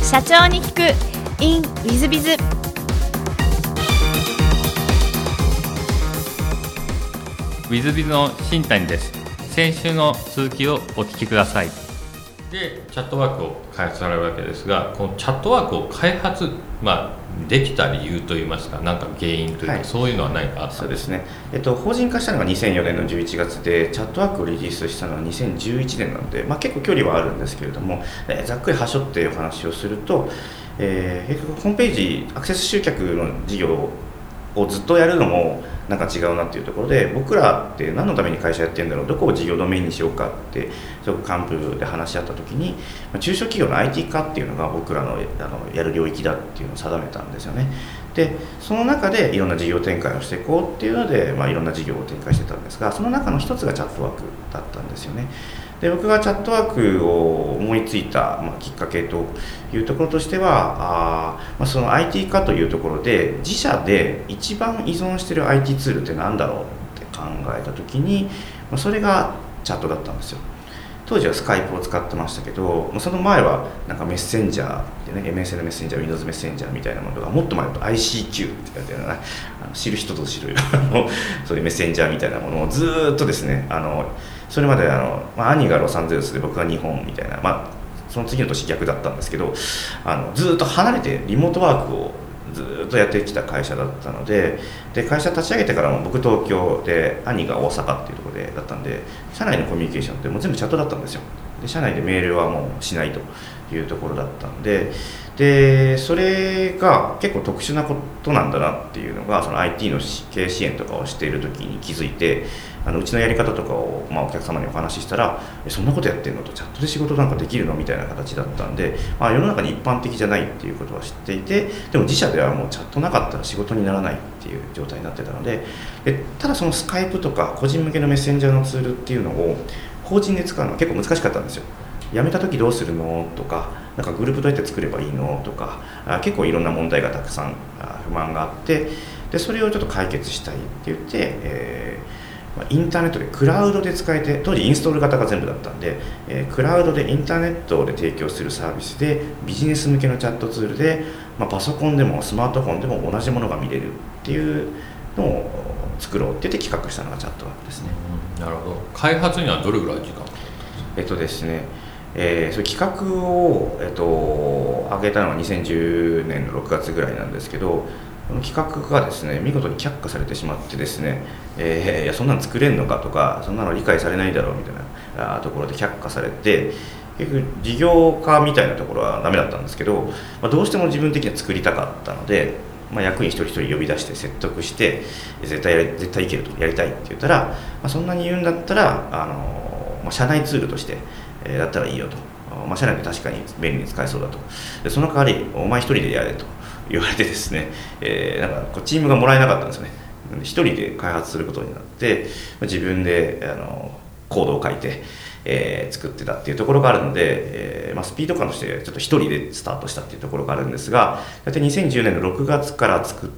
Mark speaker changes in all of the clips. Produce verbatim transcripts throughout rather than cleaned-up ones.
Speaker 1: 社長に聞く in ウィズビズ。
Speaker 2: ウィズビズの新谷です。先週の続きをお聞きください。で、チャットワークを開発されるわけですが、このチャットワークを開発、まあ、できた理由といいますか、何か原因というか、はい、そういうのは何かあったんですか？
Speaker 3: そうですね、えっと、法人化したのがにせんよねんのじゅういちがつで、チャットワークをリリースしたのはにせんじゅういちねんなので、まあ、結構距離はあるんですけれども、えー、ざっくりはしょってお話をすると、えー、ホームページアクセス集客の事業をずっとやるのもなんか違うなっていうところで、僕らって何のために会社やってるんだろう、どこを事業ドメインにしようかってすごく幹部で話し合った時に、中小企業の アイティー 化っていうのが僕らの、あのやる領域だっていうのを定めたんですよね。でその中でいろんな事業展開をしていこうっていうので、まあ、いろんな事業を展開してたんですが、その中の一つがチャットワークだったんですよね。で僕がチャットワークを思いついた、まあ、きっかけというところとしては、あ、まあ、その アイティー 化というところで、自社で一番依存している アイティー ツールって何だろうって考えたときに、まあ、それがチャットだったんですよ。当時はスカイプを使ってましたけど、その前はなんかメッセンジャーでね、エムエスエヌ メッセンジャー、Windows メッセンジャーみたいなものが、もっと前だと アイシーキュー って言われてるような、あの知る人ぞ知るそういうメッセンジャーみたいなものをずーっとですね、あのそれまであの、まあ、兄がロサンゼルスで僕が日本みたいな、まあ、その次の年逆だったんですけど、あのずっと離れてリモートワークをずっとやってきた会社だったので、で会社立ち上げてからも僕東京で、兄が大阪っていうところでだったんで、社内のコミュニケーションってもう全部チャットだったんですよ。で社内でメールはもうしないというところだったんで、でそれが結構特殊なことなんだなっていうのが、その アイティー の経営支援とかをしている時に気づいて、あのうちのやり方とかを、まあ、お客様にお話ししたら、そんなことやってんのと、チャットで仕事なんかできるのみたいな形だったんで、まあ、世の中に一般的じゃないっていうことは知っていて、でも自社ではもうチャットなかったら仕事にならないっていう状態になってたので、でただそのスカイプとか個人向けのメッセンジャーのツールっていうのを法人で使うのは結構難しかったんですよ。辞めた時どうするのとか、なんかグループどうやって作ればいいのとか、あ結構いろんな問題がたくさん不満があって、でそれをちょっと解決したいって言って、えー、インターネットでクラウドで使えて、当時インストール型が全部だったんで、えー、クラウドでインターネットで提供するサービスでビジネス向けのチャットツールで、まあ、パソコンでもスマートフォンでも同じものが見れるっていうのを作ろうって言って企画したのがチャットワークですね。
Speaker 2: なるほど。開発にはどれぐらい時間かかったんですか？
Speaker 3: えっとですねえー、そういう企画を、えっと、上げたのはにせんじゅうねんのろくがつぐらいなんですけど、この企画がですね見事に却下されてしまってですね、えー、いやそんなの作れんのかとか、そんなの理解されないだろうみたいなところで却下されて、結局事業化みたいなところはダメだったんですけど、まあ、どうしても自分的には作りたかったので、まあ、役員一人一人呼び出して説得して、絶対やり絶対いけると、やりたいって言ったら、まあ、そんなに言うんだったらあの、まあ、社内ツールとしてえー、だったらいいよと、まあ、社内で確かに便利に使えそうだと、でその代わりお前一人でやれと言われてですね、えー、なんかこうチームがもらえなかったんですよね。一人で開発することになって、自分であのコードを書いて、えー、作ってたっていうところがあるので、えーまあ、スピード感としてちょっと一人でスタートしたっていうところがあるんですが、大体にせんじゅうねんのろくがつから作って、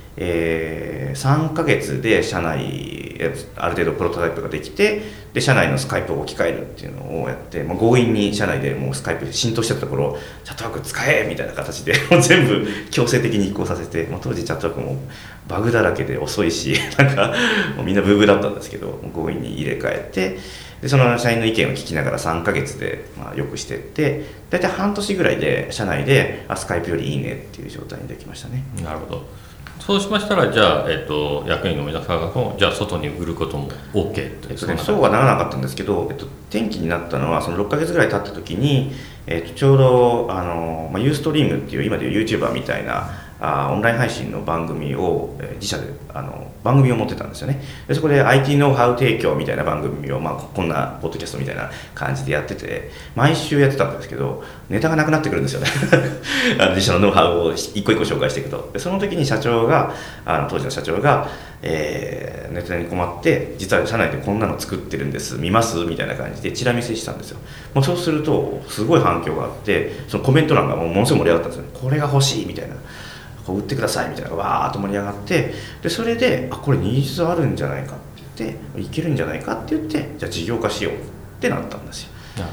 Speaker 3: えー、さんかげつで社内ある程度プロトタイプができて、で社内のスカイプを置き換えるっていうのをやって、まあ、強引に社内でもうスカイプで浸透してたところ、チャットワーク使えみたいな形でもう全部強制的に移行させて、まあ、当時チャットワークもバグだらけで遅いし、なんかもうみんなブーブーだったんですけど、強引に入れ替えて、でその社員の意見を聞きながらさんかげつでまあ良くしていって、大体半年ぐらいで社内であスカイプよりいいねっていう状態にできましたね。
Speaker 2: なるほど。そうしましたら、じゃあ、えっと、役員の皆さんがじゃあ外に売ることも OK という、
Speaker 3: えっとね、そうはならなかったんですけど、えっと、転機になったのはそのろっかげつぐらい経った時に、えっと、ちょうどあの、まあ、ユーストリームっていう今でいう YouTuber みたいなあオンライン配信の番組を、えー、自社であの番組を持ってたんですよね。でそこで アイティー ノウハウ提供みたいな番組を、まあ、こんなポッドキャストみたいな感じでやってて、毎週やってたんですけど、ネタがなくなってくるんですよねあの自社のノウハウを一個一個紹介していくと。でその時に社長があの当時の社長が、えー、ネタに困って実は社内でこんなの作ってるんです見ますみたいな感じでチラ見せしたんですよ。もうそうするとすごい反響があって、そのコメント欄がもうものすごい盛り上がったんですよね。これが欲しいみたいな、こう売ってくださいみたいなのがわーっと盛り上がって、でそれであこれニーズあるんじゃないかって言って、いけるんじゃないかって言って、じゃあ事業化しようってなったんですよ。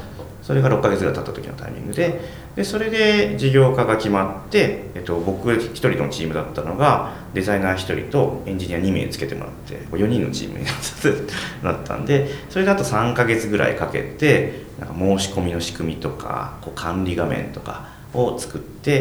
Speaker 3: それがろっかげつぐらい経った時のタイミングで、でそれで事業化が決まって、えっと、僕ひとりのチームだったのがデザイナーひとりとエンジニアにめいつけてもらってよにんのチームになったんで、それであとさんかげつぐらいかけてなんか申し込みの仕組みとかこう管理画面とかを作って、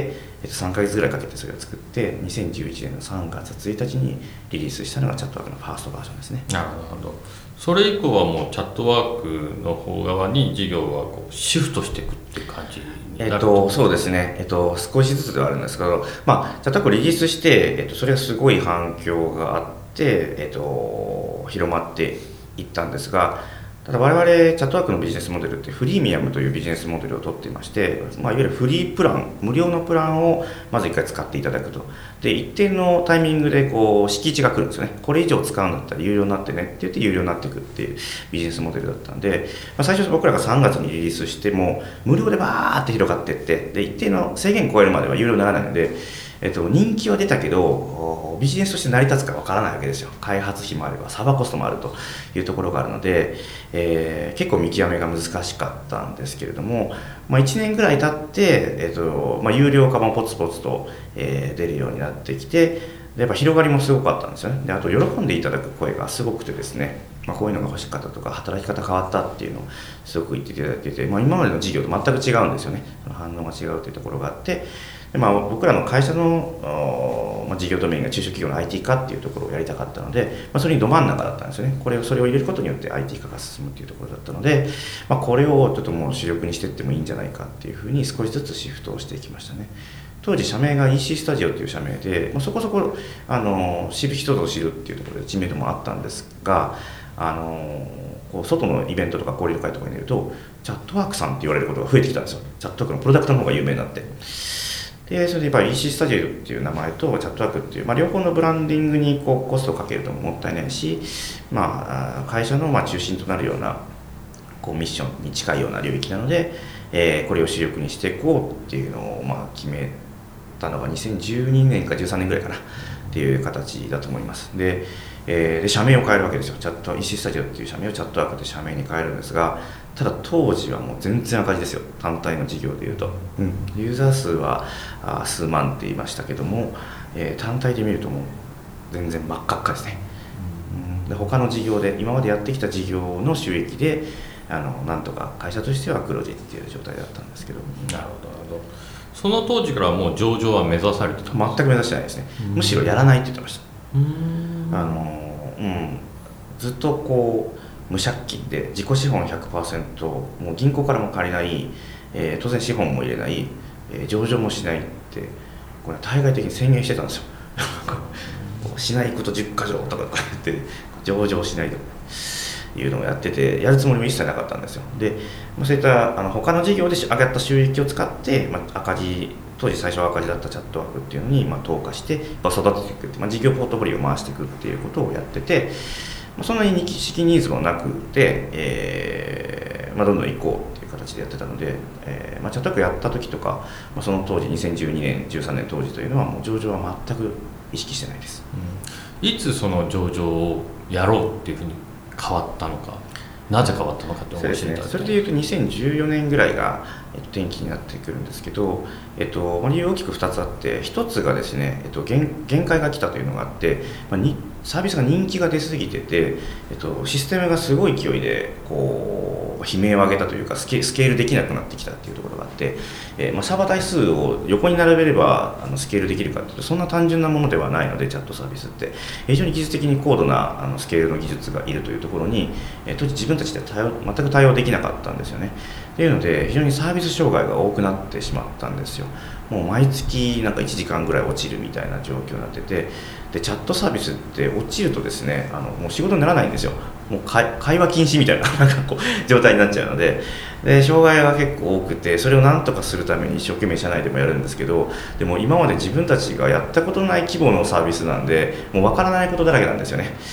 Speaker 3: えっと、さんかげつぐらいかけてそれを作ってにせんじゅういちねんのさんがつついたちにリリースしたのがチャットワークのファーストバージョンですね。
Speaker 2: なるほど。それ以降はもうチャットワークの方側に事業はこうシフトしていくっていう感じになる。
Speaker 3: えっと、そうですね、えっと、少しずつではあるんですけど、まあ、チャットワークをリリースして、えっと、それがすごい反響があって、えっと、広まっていったんですが、ただ我々チャットワークのビジネスモデルってフリーミアムというビジネスモデルを取っていまして、まあ、いわゆるフリープラン、無料のプランをまず一回使っていただくと。で、一定のタイミングでこう敷地が来るんですよね。これ以上使うんだったら有料になってねって言って有料になっていくっていうビジネスモデルだったんで、まあ、最初僕らがさんがつにリリースしても無料でバーって広がっていって、で一定の制限超えるまでは有料にならないので、えっと、人気は出たけどビジネスとして成り立つかわからないわけですよ。開発費もあればサーバーコストもあるというところがあるので、えー、結構見極めが難しかったんですけれども、まあ、いちねんぐらい経って、えっとまあ、有料化もポツポツと、えー、出るようになってきて、でやっぱ広がりもすごかったんですよね。であと喜んでいただく声がすごくてですね、まあ、こういうのが欲しかったとか働き方変わったっていうのをすごく言っていただいてて、まあ、今までの事業と全く違うんですよね。その反応が違うというところがあって、でまあ、僕らの会社の、まあ、事業ドメインが中小企業の アイティー 化っていうところをやりたかったので、まあ、それにど真ん中だったんですよね。これをそれを入れることによって アイティー 化が進むっていうところだったので、まあ、これをちょっともう主力にしていってもいいんじゃないかっていうふうに少しずつシフトをしていきましたね。当時社名が イーシー スタジオという社名で、まあ、そこそこあの知る人ぞ知るっていうところで知名度もあったんですが、あのこう外のイベントとか交流会とかに出るとチャットワークさんって言われることが増えてきたんですよ。チャットワークのプロダクトの方が有名になって、でそれでやっぱり イーシー スタジオっていう名前とチャットワークっていう、まあ、両方のブランディングにこうコストをかけるともったいないし、まあ、会社のまあ中心となるようなこうミッションに近いような領域なので、えー、これを主力にしていこうっていうのをまあ決めたのがにせんじゅうにねんかじゅうさんねんぐらいかなっていう形だと思います。で、えー、で社名を変えるわけですよ。チャット イーシー スタジオっていう社名をチャットワークで社名に変えるんですが、ただ当時はもう全然赤字ですよ。単体の事業でいうと、うん、ユーザー数はあ数万って言いましたけども、えー、単体で見るともう全然真っ赤っかですね、うん、で他の事業で今までやってきた事業の収益であのなんとか会社としては黒字っていう状態だったんですけど。
Speaker 2: なるほどなるほど。その当時からもう上場は目指されてたんですか？
Speaker 3: 全く目指してないですね。むしろやらないって言ってました。
Speaker 2: うーん
Speaker 3: あの、うん、ずっとこう無借金で自己資本 ひゃくパーセント もう銀行からも借りない、えー、当然資本も入れない、えー、上場もしないってこれ対外的に宣言してたんですよしないことじゅっかじょうとか言って上場しないというのをやってて、やるつもりも一切なかったんですよ。で、まあ、そういったあの他の事業で上がった収益を使って、まあ、赤字当時最初は赤字だったチャットワークっていうのに、まあ、投下して育てていくって、まあ、事業ポートフォリオを回していくっていうことをやってて、そんなに資金ニーズもなくて、えーまあ、どんどん行こうっていう形でやってたので、えーまあ、チャットワークやった時とか、まあ、その当時にせんじゅうにねんじゅうさんねん当時というのはもう上場は全く意識してないです、
Speaker 2: うん、いつその上場をやろうっていうふうに変わったのか、なぜ変わったのかって教えていただきたい。
Speaker 3: それでいうとにせんじゅうよねんぐらいが、えっと、転機になってくるんですけど、えっと、理由大きくふたつあって、ひとつがですね、えっと、限, 限界が来たというのがあって、まあ、にサービスが人気が出すぎてて、えっと、システムがすごい勢いでこう悲鳴を上げたというかスケ、スケールできなくなってきたっていうところがあって、えーまあ、サーバー台数を横に並べればあのスケールできるかというとそんな単純なものではないので、チャットサービスって非常に技術的に高度なあのスケールの技術がいるというところに、えー、当時自分たちで対応全く対応できなかったんですよね。っていうので非常にサービス障害が多くなってしまったんですよ。もう毎月なんかいちじかんぐらい落ちるみたいな状況になってて、でチャットサービスって落ちるとですね、あのもう仕事にならないんですよ。もう会話禁止みたい な, なんかこう状態になっちゃうので、で障害が結構多くて、それを何とかするために一生懸命社内でもやるんですけど、でも今まで自分たちがやったことのない規模のサービスなんで、もう分からないことだらけなんですよね。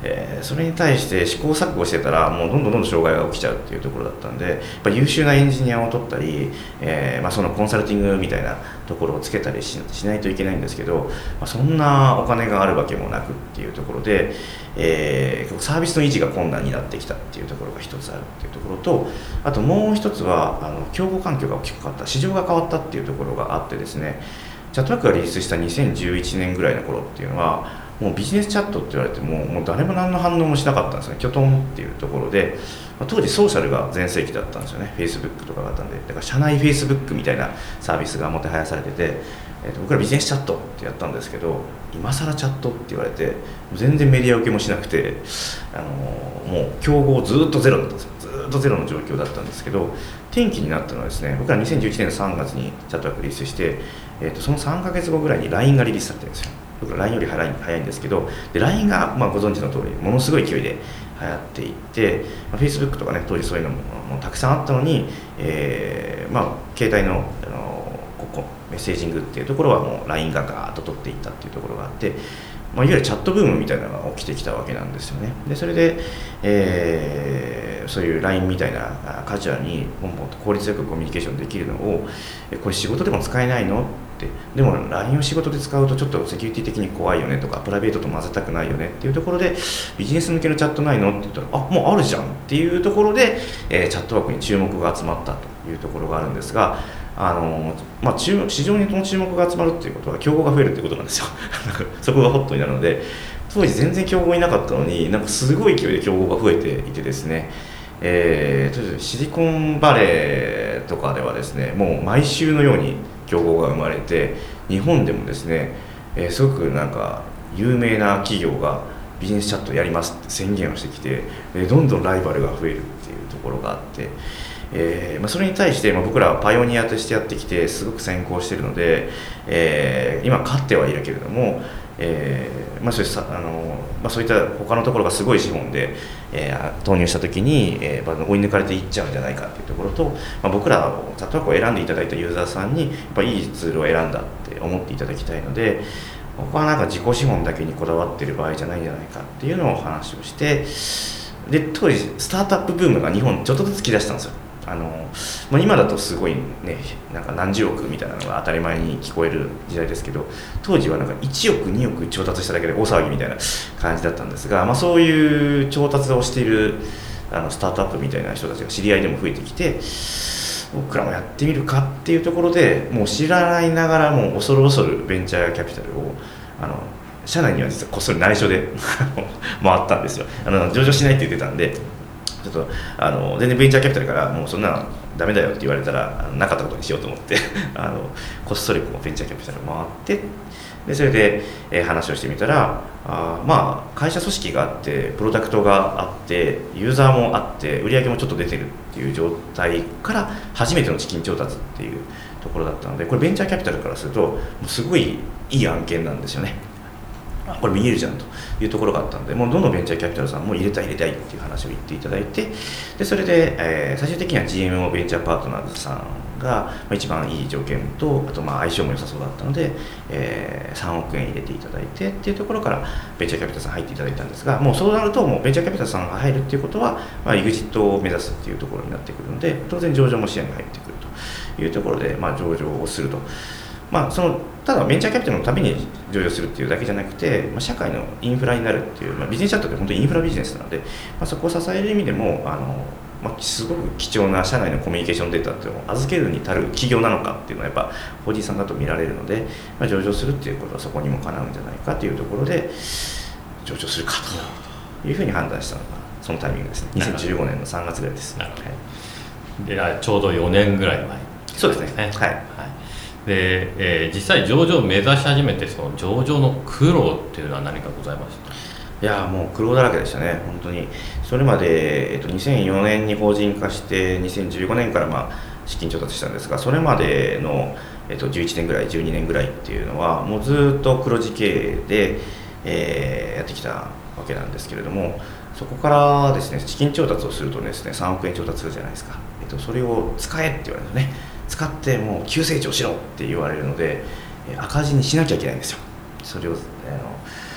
Speaker 3: えー、それに対して試行錯誤してたらもうどんどんどんどん障害が起きちゃうっていうところだったんで、やっぱ優秀なエンジニアを取ったり、えーまあ、そのコンサルティングみたいなところをつけたり し, しないといけないんですけど、まあ、そんなお金があるわけもなくっていうところで、えー、サービスの維持が困難になってきたっていうところが一つあるっていうところと、あともう一つはあの競合環境が大きく変わった、市場が変わったっていうところがあってですね、チャットワークがリリースしたにせんじゅういちねんぐらいの頃っていうのはもうビジネスチャットって言われてももう誰も何の反応もしなかったんですね。キョトンっていうところで、まあ、当時ソーシャルが全盛期だったんですよね。 Facebook とかがあったんで、だから社内 Facebook みたいなサービスがもてはやされてて、えー、と僕らビジネスチャットってやったんですけど、今更チャットって言われて全然メディア受けもしなくて、あのー、もう競合ずっとゼロだったんですよ。ずっとゼロの状況だったんですけど、転機になったのはですね、僕らにせんじゅういちねんのさんがつにチャットワークリリースして、えー、とそのさんかげつごぐらいに ライン がリリースされてるんですよ。僕ら ライン より早い、早いんですけど、で ライン が、まあ、ご存知の通りものすごい勢いで流行っていって、まあ、Facebook とかね当時そういうのももうたくさんあったのに、えーまあ、携帯の、あのここメッセージングっていうところはもう ライン がガーッと取っていったっていうところがあって、まあ、いわゆるチャットブームみたいなのが起きてきたわけなんですよね。でそれで、えー、そういう ライン みたいなカジュアルにポンポンと効率よくコミュニケーションできるのを、これ仕事でも使えないのって、でも ライン を仕事で使うとちょっとセキュリティ的に怖いよねとかプライベートと混ぜたくないよねっていうところで、ビジネス向けのチャットないのって言ったら、あもうあるじゃんっていうところで、えー、チャットワークに注目が集まったというところがあるんですが、あのまあ、注市場にその注目が集まるっていうことは競合が増えるっていうことなんですよそこがホットになるので、当時全然競合いなかったのになんかすごい勢いで競合が増えていてですね、えー、シリコンバレーとかではですねもう毎週のように競合が生まれて、日本でもですね、えー、すごくなんか有名な企業がビジネスチャットやりますって宣言をしてきて、えー、どんどんライバルが増えるっていうところがあって、えーまあ、それに対して、まあ、僕らはパイオニアとしてやってきてすごく先行しているので、えー、今勝ってはいるけれども、えーまあ、そういうさあの、まあ、そういった他のところがすごい資本で、えー、投入したときに、えー、追い抜かれていっちゃうんじゃないかというところと、まあ、僕らをチャットワークを選んでいただいたユーザーさんにやっぱいいツールを選んだって思っていただきたいので、僕はなんか自己資本だけにこだわっている場合じゃないんじゃないかっていうのを話をして、で当時スタートアップブームが日本ちょっとずつ来だしたんですよ。あのまあ、今だとすごいね、なんか何十億みたいなのが当たり前に聞こえる時代ですけど、当時はなんかいちおくにおく調達しただけで大騒ぎみたいな感じだったんですが、まあ、そういう調達をしているあのスタートアップみたいな人たちが知り合いでも増えてきて、僕らもやってみるかっていうところで、もう知らないながらもう恐る恐るベンチャーキャピタルをあの社内には実はこっそり内緒で回ったんですよ。あの上場しないって言ってたんで、ちょっとあの全然ベンチャーキャピタルからもうそんなのダメだよって言われたらあのなかったことにしようと思ってあのこっそりこうベンチャーキャピタルを回って、でそれで、えー、話をしてみたら、あまあ会社組織があってプロダクトがあってユーザーもあって売り上げもちょっと出てるっていう状態から初めての資金調達っていうところだったので、これベンチャーキャピタルからするともうすごいいい案件なんですよね。これ見えるじゃんというところがあったので、もうどのベンチャーキャピタルさんも入れたい入れたいっていう話を言っていただいて、でそれで、えー、最終的には ジーエムオー ベンチャーパートナーズさんが、まあ、一番いい条件と、あとまあ相性も良さそうだったので、えー、さんおくえん入れていただいてっていうところからベンチャーキャピタルさん入っていただいたんですが、もうそうなるともうベンチャーキャピタルさんが入るっていうことは、まあ、エグジットを目指すっていうところになってくるので、当然上場も視野に入ってくるというところで、まあ、上場をすると。まあ、そのただベンチャーキャピタルのために上場するっていうだけじゃなくて、まあ、社会のインフラになるっていう、まあ、ビジネスチャットって本当にインフラビジネスなので、まあ、そこを支える意味でもあの、まあ、すごく貴重な社内のコミュニケーションデータっていうのを預けるに足る企業なのかっていうのはやっぱ法人さんだと見られるので、まあ、上場するっていうことはそこにもかなうんじゃないかというところで上場するかというふうに判断したのがそのタイミングですね。にせんじゅうごねんのさんがつぐらいです。
Speaker 2: なるほど、はい、でちょうどよねんぐらい前、
Speaker 3: そうですね、はい、はい
Speaker 2: でえー、実際上場を目指し始めてその上場の苦労っていうのは何かございました？
Speaker 3: いやもう苦労だらけでしたね。本当にそれまで、えっと、にせんよねんに法人化してにせんじゅうごねんからまあ資金調達したんですが、それまでの、えっと、じゅういちねんぐらいじゅうにねんぐらいっていうのはもうずっと黒字経営で、えー、やってきたわけなんですけれども、そこからですね資金調達をするとですねさんおくえん調達するじゃないですか。えっと、それを使えって言われるんですね。使ってもう急成長しろって言われるので赤字にしなきゃいけないんですよ。それをあの使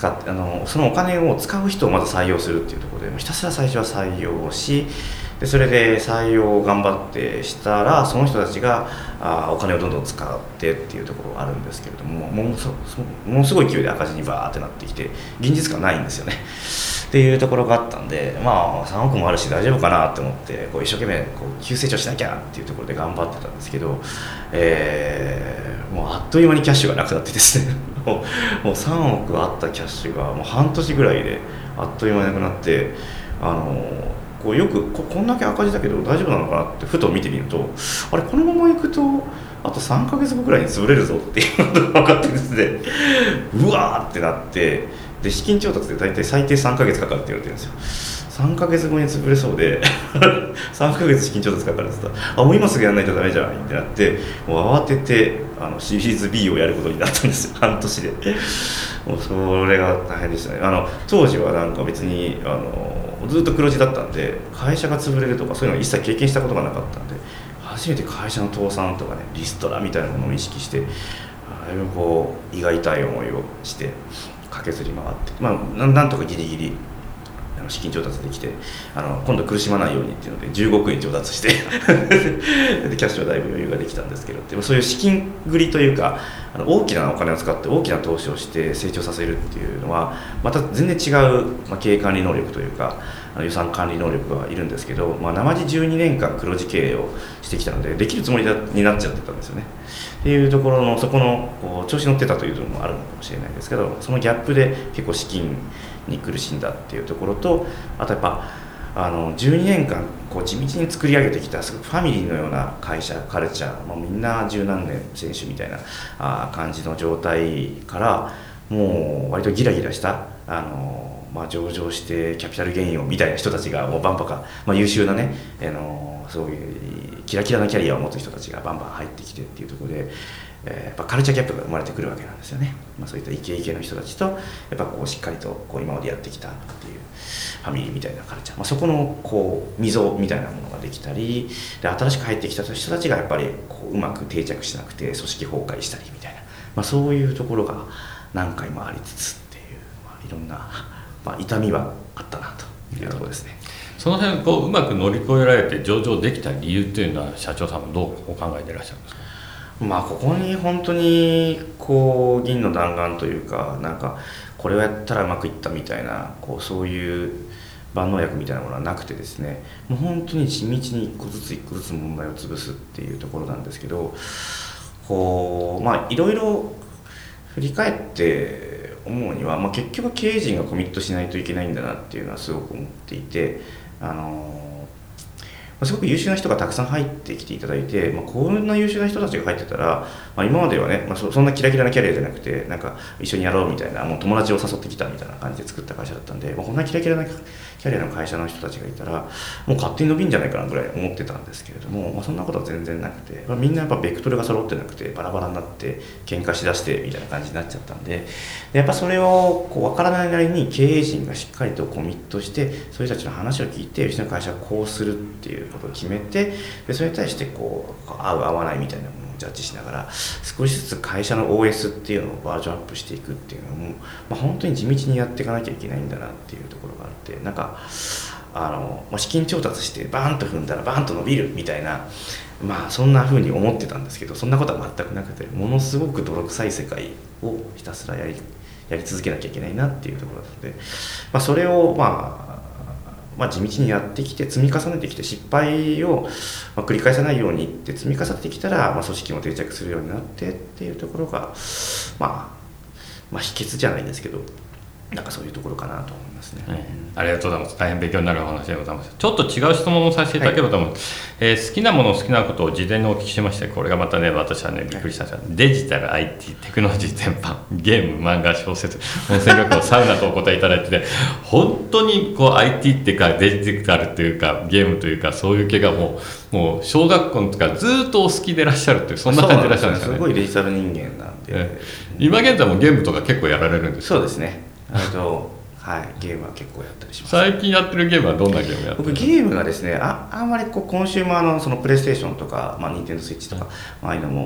Speaker 3: 使ってあのそのお金を使う人をまず採用するっていうところでひたすら最初は採用し、でそれで採用を頑張ってしたらその人たちがあお金をどんどん使ってっていうところがあるんですけれども、もうそものすごい勢いで赤字にバーってなってきて現実感ないんですよねっていうところがあったんで、まあさんおくもあるし大丈夫かなと思ってこう一生懸命こう急成長しなきゃっていうところで頑張ってたんですけど、えー、もうあっという間にキャッシュがなくなってですねもう、もうさんおくあったキャッシュがもう半年ぐらいであっという間になくなって、あのこうよく こ, こんだけ赤字だけど大丈夫なのかなってふと見てみると、あれこのままいくとあとさんかげつごくらいに潰れるぞっていうことが分かってですねうわーってなって、で資金調達で大体最低さんかげつかかるって言われてるんですよ。さんかげつごに潰れそうでさんかげつ資金調達かかるって言ったら、あもう今すぐやらないとダメじゃんってなって、もう慌ててあのシリーズ B をやることになったんですよ、半年でもうそれが大変でしたね。あの当時はなんか別にあのずっと黒字だったんで、会社が潰れるとかそういうのを一切経験したことがなかったんで、初めて会社の倒産とかねリストラみたいなものを意識して、だいぶこう胃が痛い思いをして駆けずり回って、まあ、なんとかギリギリあの資金調達できて、あの今度苦しまないようにっていうのでじゅうごおくえん調達してでキャッシュはだいぶ余裕ができたんですけど、でもそういう資金繰りというかあの大きなお金を使って大きな投資をして成長させるっていうのはまた全然違う、まあ、経営管理能力というかあの予算管理能力がいるんですけど、まあ、生地じゅうにねんかん黒字経営をしてきたのでできるつもりになっちゃってたんですよねっていうところの、そこのこう調子乗ってたというのもあるのかもしれないですけど、そのギャップで結構資金に苦しんだっていうところと、あとやっぱあのじゅうにねんかんこう地道に作り上げてきたすごくファミリーのような会社カルチャー、まあ、みんな十何年選手みたいなあ感じの状態からもう割とギラギラしたあの、まあ、上場してキャピタルゲインをみたいな人たちがもうバンバカ、まあ、優秀なねあのそういうキラキラなキャリアを持つ人たちがバンバン入ってきてっていうところで、えー、やっぱカルチャーギャップが生まれてくるわけなんですよね。まあ、そういったイケイケの人たちとやっぱこうしっかりとこう今までやってきたっていうファミリーみたいなカルチャー、まあ、そこのこう溝みたいなものができたりで、新しく入ってきた人たちがやっぱりこううまく定着しなくて組織崩壊したりみたいな、まあ、そういうところが何回もありつつっていう、まあ、いろんな、まあ、痛みはあったなというところですね。
Speaker 2: その辺こううまく乗り越えられて上場できた理由っていうのは社長さんはどうお考えていらっしゃるんですか？
Speaker 3: まあここに本当にこう銀の弾丸というか、なんかこれをやったらうまくいったみたいなこうそういう万能薬みたいなものはなくてですね、もう本当に地道に一個ずつ一個ずつ問題を潰すっていうところなんですけど、こうまあいろいろ振り返って思うには、まあ、結局経営陣がコミットしないといけないんだなっていうのはすごく思っていて、あのすごく優秀な人がたくさん入ってきていただいて、まあ、こんな優秀な人たちが入ってたら、まあ、今まではね、まあ、そ, そんなキラキラなキャリアじゃなくてなんか一緒にやろうみたいな、もう友達を誘ってきたみたいな感じで作った会社だったんで、まあ、こんなキラキラなキャリアの会社の人たちがいたらもう勝手に伸びんじゃないかなぐらい思ってたんですけれども、まあ、そんなことは全然なくて、まあ、みんなやっぱベクトルが揃ってなくてバラバラになって喧嘩しだしてみたいな感じになっちゃったんで、でやっぱそれをこう分からないなりに経営陣がしっかりとコミットしてそういう人たちの話を聞いてうちの会社はこうするっていうことを決めて、でそれに対してこう合う合わないみたいなものをジャッジしながら少しずつ会社の オーエス っていうのをバージョンアップしていくっていうのも、まあ、本当に地道にやっていかなきゃいけないんだなっていうところがあって、なんかあの、まあ、資金調達してバーンと踏んだらバーンと伸びるみたいな、まあそんな風に思ってたんですけど、そんなことは全くなくて、ものすごく泥臭い世界をひたすらやりやり続けなきゃいけないなっていうところなので、まあ、それをまあまあ、地道にやってきて積み重ねてきて失敗をまあ繰り返さないようにって積み重ねてきたら、まあ、組織も定着するようになってっていうところが、まあ、まあ秘訣じゃないですけど、なんかそういうところかなと思いますね、
Speaker 2: はい、ありがとうございます。大変勉強になるお話でございます。ちょっと違う質問をさせていただければと思います、はい。えー、好きなもの好きなことを事前にお聞きしまして、これがまたね私はねびっくりしたんですが、はい、デジタル アイティー テクノロジー全般ゲーム漫画小説温泉旅行サウナとお答えいただいてて本当にこう アイティー っていうかデジタルというかゲームというかそういう系がもうもう小学校の時からずっとお好きでいらっしゃるっていうそんな感じでいらっしゃるんですよね。
Speaker 3: すごいデジタル人間なんで、
Speaker 2: えー、今現在もゲームとか結構やられるんですか？
Speaker 3: そうですね、あとはい、ゲームは結構やったりします。
Speaker 2: 最近やってるゲームはどんなゲームやってる？
Speaker 3: 僕ゲームがですね、あ, あんまりこうコンシューマーのそのプレイステーションとか、まあ、ニンテンドースイッチとか、まああいうのも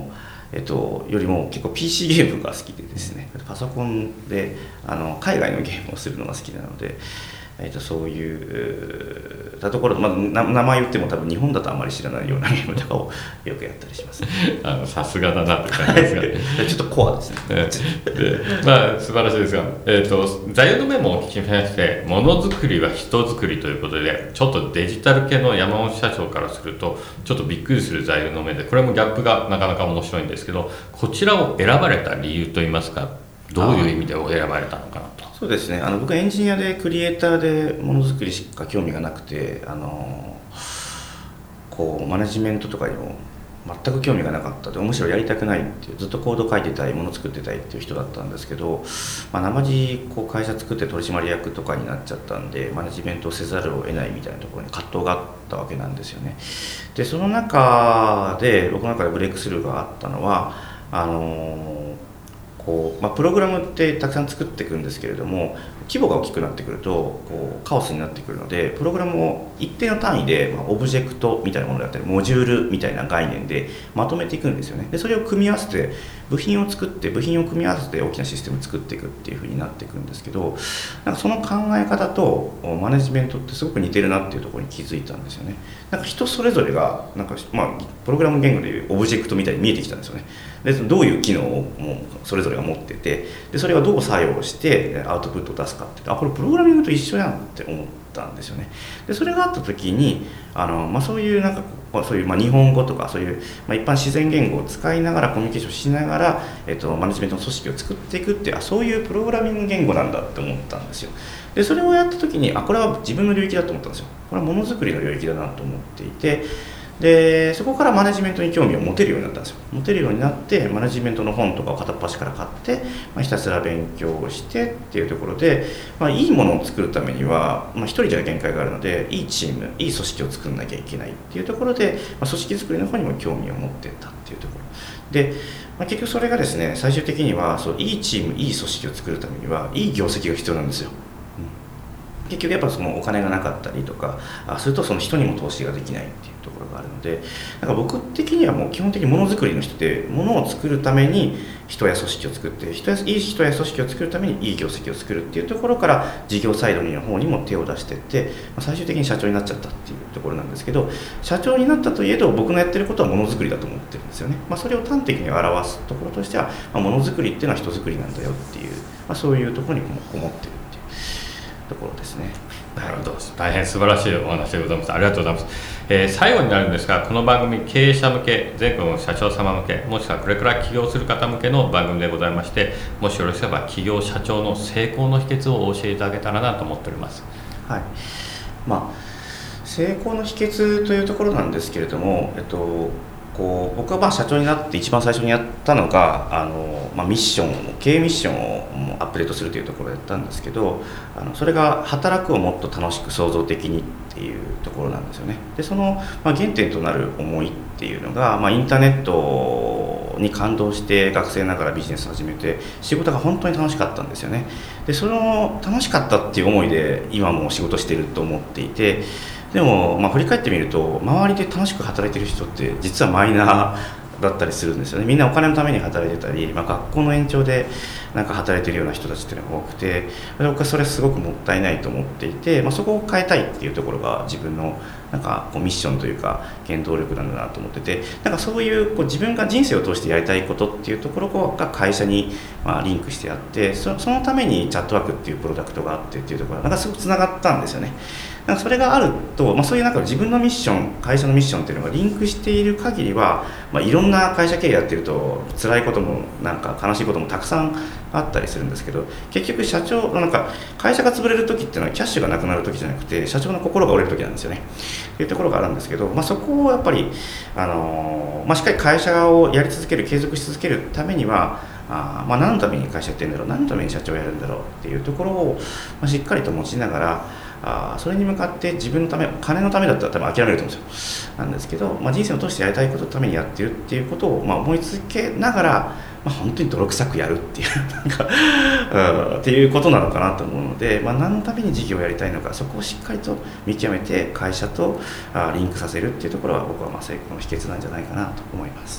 Speaker 3: えっと、よりも結構 ピーシー ゲームが好きでですね、パソコンであの海外のゲームをするのが好きなので、えっと、そういうたところ、まあ、名前言っても多分日本だとあまり知らないようなゲームとかをよくやったりします、ね、
Speaker 2: あのさすがだなという感じですが
Speaker 3: ちょっとコアですね
Speaker 2: で、まあ、素晴らしいですが、えー、と座右の銘もお聞きしましてものづくりは人づくりということで、ちょっとデジタル系の山本社長からするとちょっとびっくりする座右の銘で、これもギャップがなかなか面白いんですけど、こちらを選ばれた理由といいますか、どういう意味で選ばれたのかなと。
Speaker 3: そうですね、あの僕はエンジニアでクリエイターでものづくりしか興味がなくて、あのこうマネジメントとかにも全く興味がなかったで、むしろやりたくないっていう、ずっとコード書いてたい、もの作ってたいっていう人だったんですけど、まあ、生地こう会社作って取締役とかになっちゃったんで、マネジメントをせざるを得ないみたいなところに葛藤があったわけなんですよね。でその中で僕の中でブレイクスルーがあったのは、あのこうまあ、プログラムってたくさん作っていくんですけれども、規模が大きくなってくるとこうカオスになってくるので、プログラムを一定の単位で、まあ、オブジェクトみたいなものだったりモジュールみたいな概念でまとめていくんですよね。でそれを組み合わせて部品を作って、部品を組み合わせて大きなシステムを作っていくっていう風になっていくんですけど、なんかその考え方とマネジメントってすごく似てるなっていうところに気づいたんですよね。なんか人それぞれがなんか、まあ、プログラム言語でいうオブジェクトみたいに見えてきたんですよね。でどういう機能をもうそれぞれが持ってて、でそれがどう作用してアウトプットを出すかって、あこれプログラミングと一緒やんって思ったんですよね。でそれがあった時にあの、まあ、そういうなんかそういう、まあ、日本語とかそういう、まあ、一般自然言語を使いながらコミュニケーションしながら、えっと、マネジメントの組織を作っていくって、あそういうプログラミング言語なんだって思ったんですよ。でそれをやった時にあこれは自分の領域だと思ったんですよ。これはものづくりの領域だなと思っていて、でそこからマネジメントに興味を持てるようになったんですよ。持てるようになってマネジメントの本とかを片っ端から買って、まあ、ひたすら勉強をしてっていうところで、まあ、いいものを作るためには、まあ、一人じゃ限界があるので、いいチームいい組織を作らなきゃいけないっていうところで、まあ、組織作りの方にも興味を持ってったっていうところで、まあ、結局それがですね、最終的にはそういいチームいい組織を作るためにはいい業績が必要なんですよ。結局やっぱそのお金がなかったりとかすると、その人にも投資ができないっていうところがあるので、なんか僕的にはもう基本的にものづくりの人で、ものを作るために人や組織を作って、人やいい人や組織を作るためにいい業績を作るっていうところから事業サイドの方にも手を出していって、最終的に社長になっちゃったっていうところなんですけど、社長になったといえど僕のやってることはものづくりだと思ってるんですよね。まあ、それを端的に表すところとしては、まあ、ものづくりっていうのは人づくりなんだよっていう、まあ、そういうところにも思ってるところですね。
Speaker 2: なるほど、大変素晴らしいお話でございます。ありがとうございます。えー、最後になるんですが、この番組経営者向け、全国の社長様向け、もしくはこれから起業する方向けの番組でございまして、もしよろしければ企業社長の成功の秘訣をお教えていただけたらなと思っております。
Speaker 3: はい、まあ、成功の秘訣というところなんですけれども、えっとこう僕はまあ社長になって一番最初にやったのがあの、まあ、ミッションを経営ミッションをアップデートするというところをやったんですけど、あのそれが働くをもっと楽しく創造的にっていうところなんですよね。でその、まあ、原点となる思いっていうのが、まあ、インターネットに感動して学生ながらビジネスを始めて、仕事が本当に楽しかったんですよね。でその楽しかったっていう思いで今も仕事していると思っていて、でも、まあ、振り返ってみると周りで楽しく働いてる人って実はマイナーだったりするんですよね。みんなお金のために働いてたり、まあ、学校の延長でなんか働いてるような人たちっていうのが多くて、僕はそれすごくもったいないと思っていて、まあ、そこを変えたいっていうところが自分のなんかこうミッションというか原動力なんだなと思ってて、なんかそういうこう自分が人生を通してやりたいことっていうところが会社にまあリンクしてあって、そ, そのためにチャットワークっていうプロダクトがあってっていうところがなんかすごくつながったんですよね。なんかそれがあると、まあ、そういうなんか自分のミッション、会社のミッションっていうのがリンクしている限りは、まあ、いろんな会社経営やってると辛いこともなんか悲しいこともたくさんあったりするんですけど、結局社長なんか会社が潰れる時っていうのはキャッシュがなくなる時じゃなくて社長の心が折れる時なんですよねっていうところがあるんですけど、まあ、そこをやっぱり、あのーまあ、しっかり会社をやり続ける、継続し続けるためにはあまあ何のために会社やってるんだろう、何のために社長をやるんだろうっていうところを、まあ、しっかりと持ちながら、あそれに向かって自分のため、金のためだったら多分諦めると思うんですよ。なんですけど、まあ、人生を通してやりたいことのためにやってるっていうことを、まあ、思い続けながら、まあ、本当に泥臭くやるっていうなんかうんっていうことなのかなと思うので、まあ、何のために事業をやりたいのか、そこをしっかりと見極めて会社とあリンクさせるっていうところは僕はまあ成功の秘訣なんじゃないかなと思います。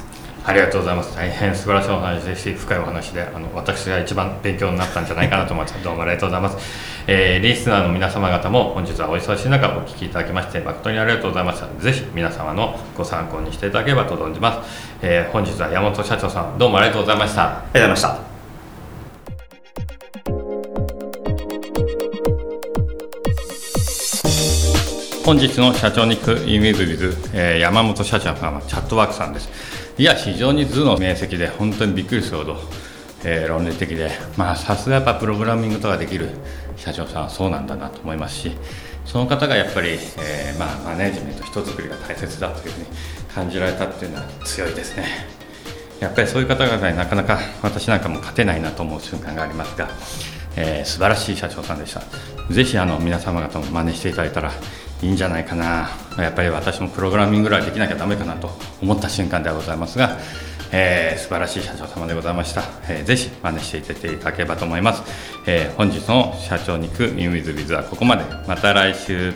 Speaker 2: ありがとうございます。大変素晴らしいお話でし、深いお話で、あの私が一番勉強になったんじゃないかなと思います。どうもありがとうございます。えー、リスナーの皆様方も本日はお忙しい中お聞きいただきまして誠にありがとうございました。ぜひ皆様のご参考にしていただければと存じます。えー、本日は山本社長さん、どうもありがとうございました。
Speaker 3: ありがとうございました。
Speaker 2: 本日の社長に行くインウィズビズ、えー、山本社長様、チャットワークさんです。いや、非常に図の面積で本当にびっくりするほど、えー、論理的で、まあさすがやっぱプログラミングとかできる社長さんはそうなんだなと思いますし、その方がやっぱり、えー、まあマネジメント人作りが大切だというふうに感じられたっていうのは強いですね。やっぱりそういう方々になかなか私なんかも勝てないなと思う瞬間がありますが、えー、素晴らしい社長さんでした。ぜひあの皆様方も真似していただいたらいいんじゃないかな。やっぱり私もプログラミングぐらいできなきゃダメかなと思った瞬間ではございますが、えー、素晴らしい社長様でございました。えー、ぜひ真似していっていただければと思います。えー、本日の社長に行く In with Biz はここまで。また来週。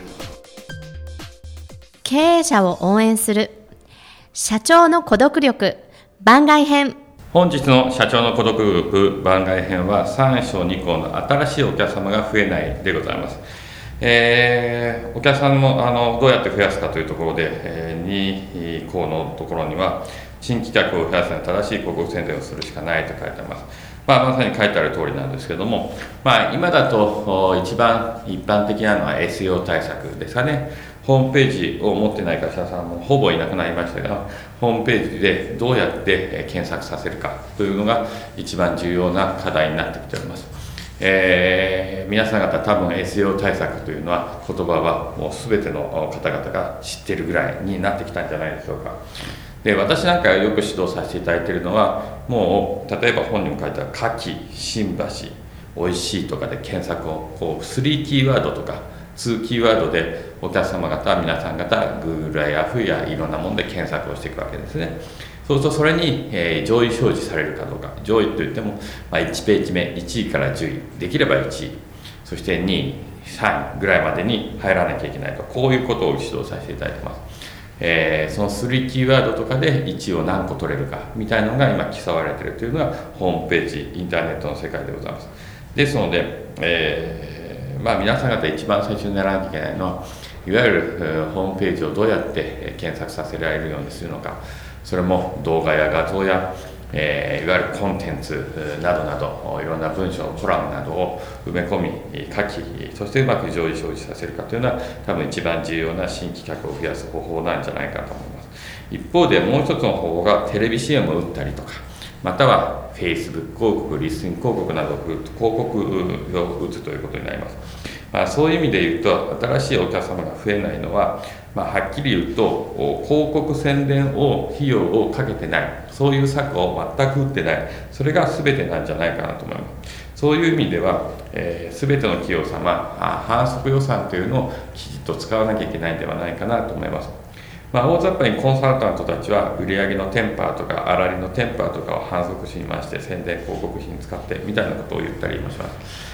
Speaker 1: 経営者を応援する社長の孤独力番外編。
Speaker 2: 本日の社長の孤独力番外編はさん章に項の新しいお客様が増えないでございます。えー、お客さんもあのどうやって増やすかというところで、えー、に項のところには新規客を増やすには正しい広告宣伝をするしかないと書いてあります。まあ、まさに書いてある通りなんですけども、まあ、今だと一番一般的なのは エスイーオー 対策ですかね。ホームページを持ってない会社さんもほぼいなくなりましたが、ホームページでどうやって検索させるかというのが一番重要な課題になってきております。えー、皆さん方多分 エスイーオー 対策というのは言葉はもう全ての方々が知っているぐらいになってきたんじゃないでしょうか。で、私なんかよく指導させていただいているのは、もう例えば本にも書いてある牡蠣、新橋、おいしいとかで検索をこうさんキーワードとかにキーワードでお客様方皆さん方 Google や Yahoo やいろんなもので検索をしていくわけですね。そうするとそれに、えー、上位表示されるかどうか。上位といっても、まあ、いちページ目いちいからじゅうい、できればいちい、そしてにい、さんいぐらいまでに入らなきゃいけないと、こういうことを指導させていただいてます。えー、そのさんキーワードとかでいちいを何個取れるかみたいなのが今競われているというのがホームページ、インターネットの世界でございます。ですので、えーまあ、皆さん方一番最初にやらなきゃいけないのはいわゆるホームページをどうやって検索させられるようにするのか。それも動画や画像や、えー、いわゆるコンテンツなどなどいろんな文章、コラムなどを埋め込み書き、そしてうまく上位表示させるかというのは多分一番重要な新規客を増やす方法なんじゃないかと思います。一方でもう一つの方法がテレビ シーエム を打ったりとか、または Facebook 広告、リスニング広告など広告を打つということになります。まあ、そういう意味で言うと新しいお客様が増えないのは、まあ、はっきり言うと広告宣伝を費用をかけてない、そういう策を全く打ってない、それが全てなんじゃないかなと思います。そういう意味では、えー、全ての企業様反則予算というのをきちっと使わなきゃいけないんではないかなと思います。まあ、大雑把にコンサルタントたちは売上のテンパーとか粗利のテンパーとかを反則しまして宣伝広告費に使ってみたいなことを言ったりもします。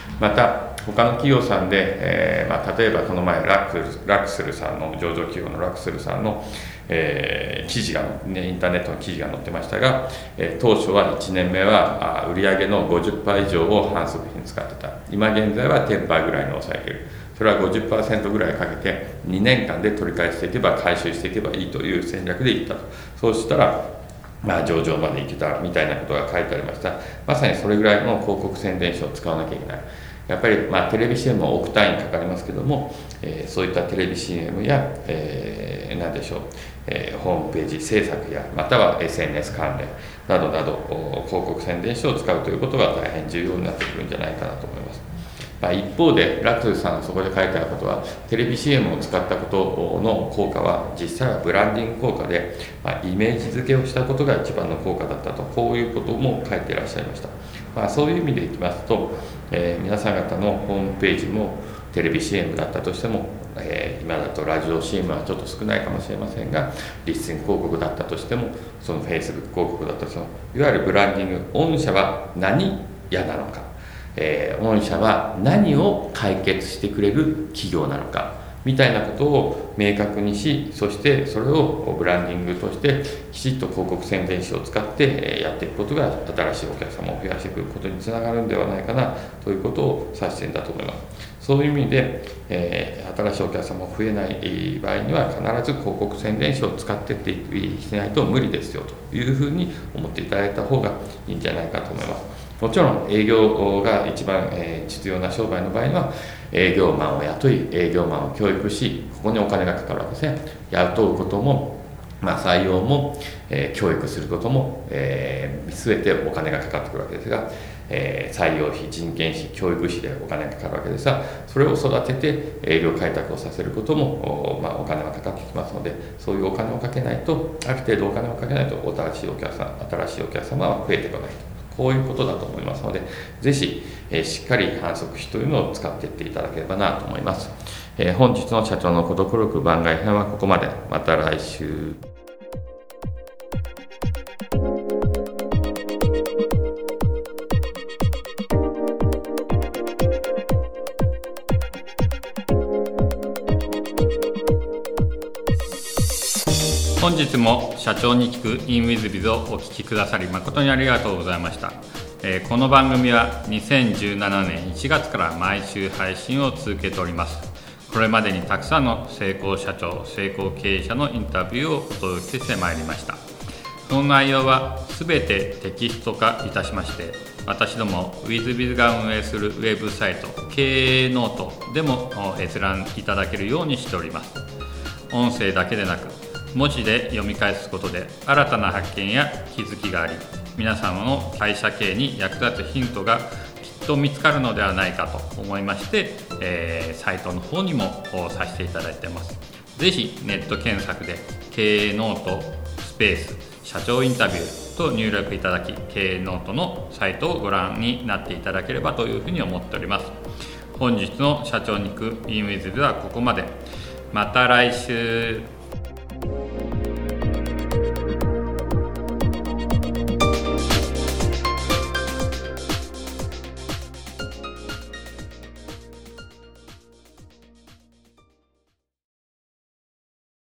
Speaker 2: また他の企業さんで、えーまあ、例えばこの前ラクラクスルさんの上場企業のラクスルさんの、えー、記事が、ね、インターネットの記事が載ってましたが、えー、当初はいちねんめはあ売上の ごじゅっパーセント 以上を反則費に使ってた。今現在は じゅっパーセント ぐらいに抑えている。それは ごじゅっパーセント ぐらいかけてにねんかんで取り返していけば回収していけばいいという戦略でいったと。そうしたらまあ上場まで行けたみたいなことが書いてありました。まさにそれぐらいの広告宣伝費を使わなきゃいけない。やっぱりまあテレビ シーエム も億単位にかかりますけども、えー、そういったテレビ シーエム や、えー、何でしょう、えー、ホームページ制作やまたは エスエヌエス 関連などなど広告宣伝費を使うということが大変重要になってくるんじゃないかなと思います。まあ、一方でラクスルさんがそこで書いてあることはテレビ シーエム を使ったことの効果は実際はブランディング効果で、まあ、イメージ付けをしたことが一番の効果だったと、こういうことも書いていらっしゃいました。まあ、そういう意味でいきますと、えー、皆さん方のホームページもテレビ シーエム だったとしても、えー、今だとラジオ シーエム はちょっと少ないかもしれませんが、リスニング広告だったとしても、その Facebook 広告だったとしても、いわゆるブランディング、御社は何嫌なのか、えー、御社は何を解決してくれる企業なのかみたいなことを明確にし、そしてそれをブランディングとしてきちっと広告宣伝誌を使ってやっていくことが新しいお客様を増やしていくことにつながるんではないかなということを指しているんだと思います。そういう意味で、えー、新しいお客様が増えない場合には必ず広告宣伝誌を使っていっていないと無理ですよというふうに思っていただいた方がいいんじゃないかと思います。もちろん営業が一番、えー、実要な商売の場合には営業マンを雇い営業マンを教育し、ここにお金がかかるわけですね。雇うことも、まあ、採用も、えー、教育することも、えー、見据えてお金がかかってくるわけですが、えー、採用費、人件費、教育費でお金がかかるわけですが、それを育てて営業開拓をさせることも お,、まあ、お金がかかってきますので、そういうお金をかけないと、ある程度お金をかけないと新しいお客さん新しいお客様は増えてこないと、こういうことだと思いますので、ぜひ、えー、しっかり販促費というのを使っていっていただければなと思います。えー、本日の社長の孤独力番外編はここまで。また来週。本日も社長に聞く InWithBiz をお聞きくださり誠にありがとうございました。えー、この番組はにせんじゅうななねんいちがつから毎週配信を続けております。これまでにたくさんの成功社長、成功経営者のインタビューをお届けしてまいりました。その内容はすべてテキスト化いたしまして、私ども WithBiz が運営するウェブサイト経営ノートでも閲覧いただけるようにしております。音声だけでなく文字で読み返すことで新たな発見や気づきがあり、皆様の会社経営に役立つヒントがきっと見つかるのではないかと思いまして、えー、サイトの方にもさせていただいています。ぜひネット検索で経営ノートスペース社長インタビューと入力いただき、経営ノートのサイトをご覧になっていただければというふうに思っております。本日の社長に行く InWithBiz はここまで。また来週。